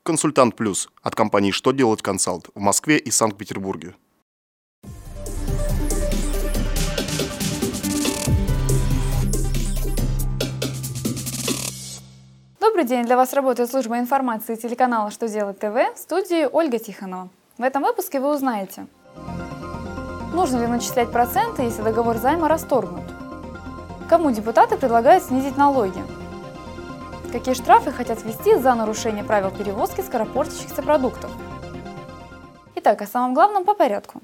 Консультант Плюс от компании «Что делать консалт» в Москве и Санкт-Петербурге. Добрый день! Для вас работает служба информации телеканала «Что делать ТВ», в студии Ольга Тихонова. В этом выпуске вы узнаете: нужно ли начислять проценты, если договор займа расторгнут? Кому депутаты предлагают снизить налоги? Какие штрафы хотят ввести за нарушение правил перевозки скоропортящихся продуктов? Итак, о самом главном по порядку.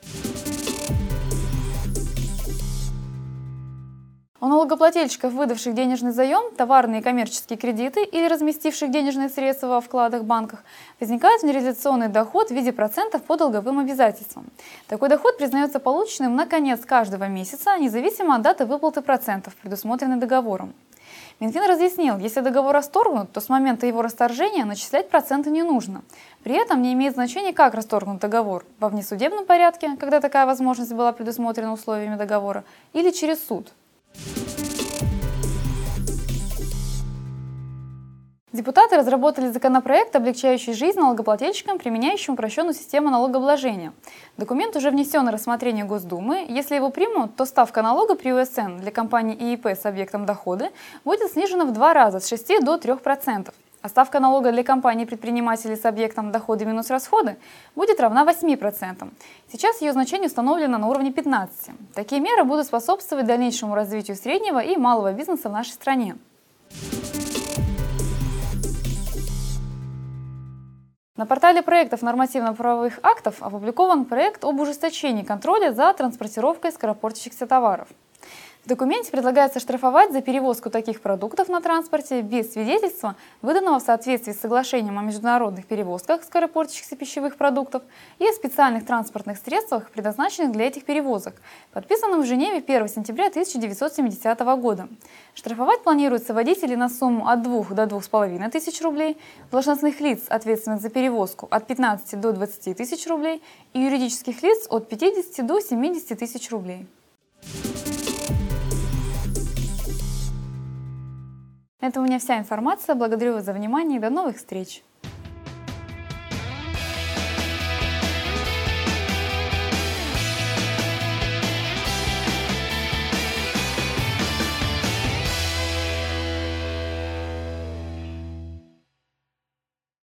У налогоплательщиков, выдавших денежный заем, товарные и коммерческие кредиты или разместивших денежные средства во вкладах в банках, возникает внереализационный доход в виде процентов по долговым обязательствам. Такой доход признается полученным на конец каждого месяца, независимо от даты выплаты процентов, предусмотренной договором. Минфин разъяснил, если договор расторгнут, то с момента его расторжения начислять проценты не нужно. При этом не имеет значения, как расторгнут договор – во внесудебном порядке, когда такая возможность была предусмотрена условиями договора, или через суд. Депутаты разработали законопроект, облегчающий жизнь налогоплательщикам, применяющим упрощенную систему налогообложения. Документ уже внесен на рассмотрение Госдумы. Если его примут, то ставка налога при УСН для компаний и ИП с объектом дохода будет снижена в 2 раза с 6 до 3%. А ставка налога для компаний и предпринимателей с объектом дохода минус расходы будет равна 8%. Сейчас ее значение установлено на уровне 15%. Такие меры будут способствовать дальнейшему развитию среднего и малого бизнеса в нашей стране. На портале проектов нормативно-правовых актов опубликован проект об ужесточении контроля за транспортировкой скоропортящихся товаров. В документе предлагается штрафовать за перевозку таких продуктов на транспорте без свидетельства, выданного в соответствии с соглашением о международных перевозках скоропортящихся пищевых продуктов и о специальных транспортных средствах, предназначенных для этих перевозок, подписанном в Женеве 1 сентября 1970 года. Штрафовать планируется водителей на сумму от 2 до 2,5 тысяч рублей, должностных лиц, ответственных за перевозку, от 15 до 20 тысяч рублей и юридических лиц от 50 до 70 тысяч рублей. На этом у меня вся информация. Благодарю вас за внимание и до новых встреч!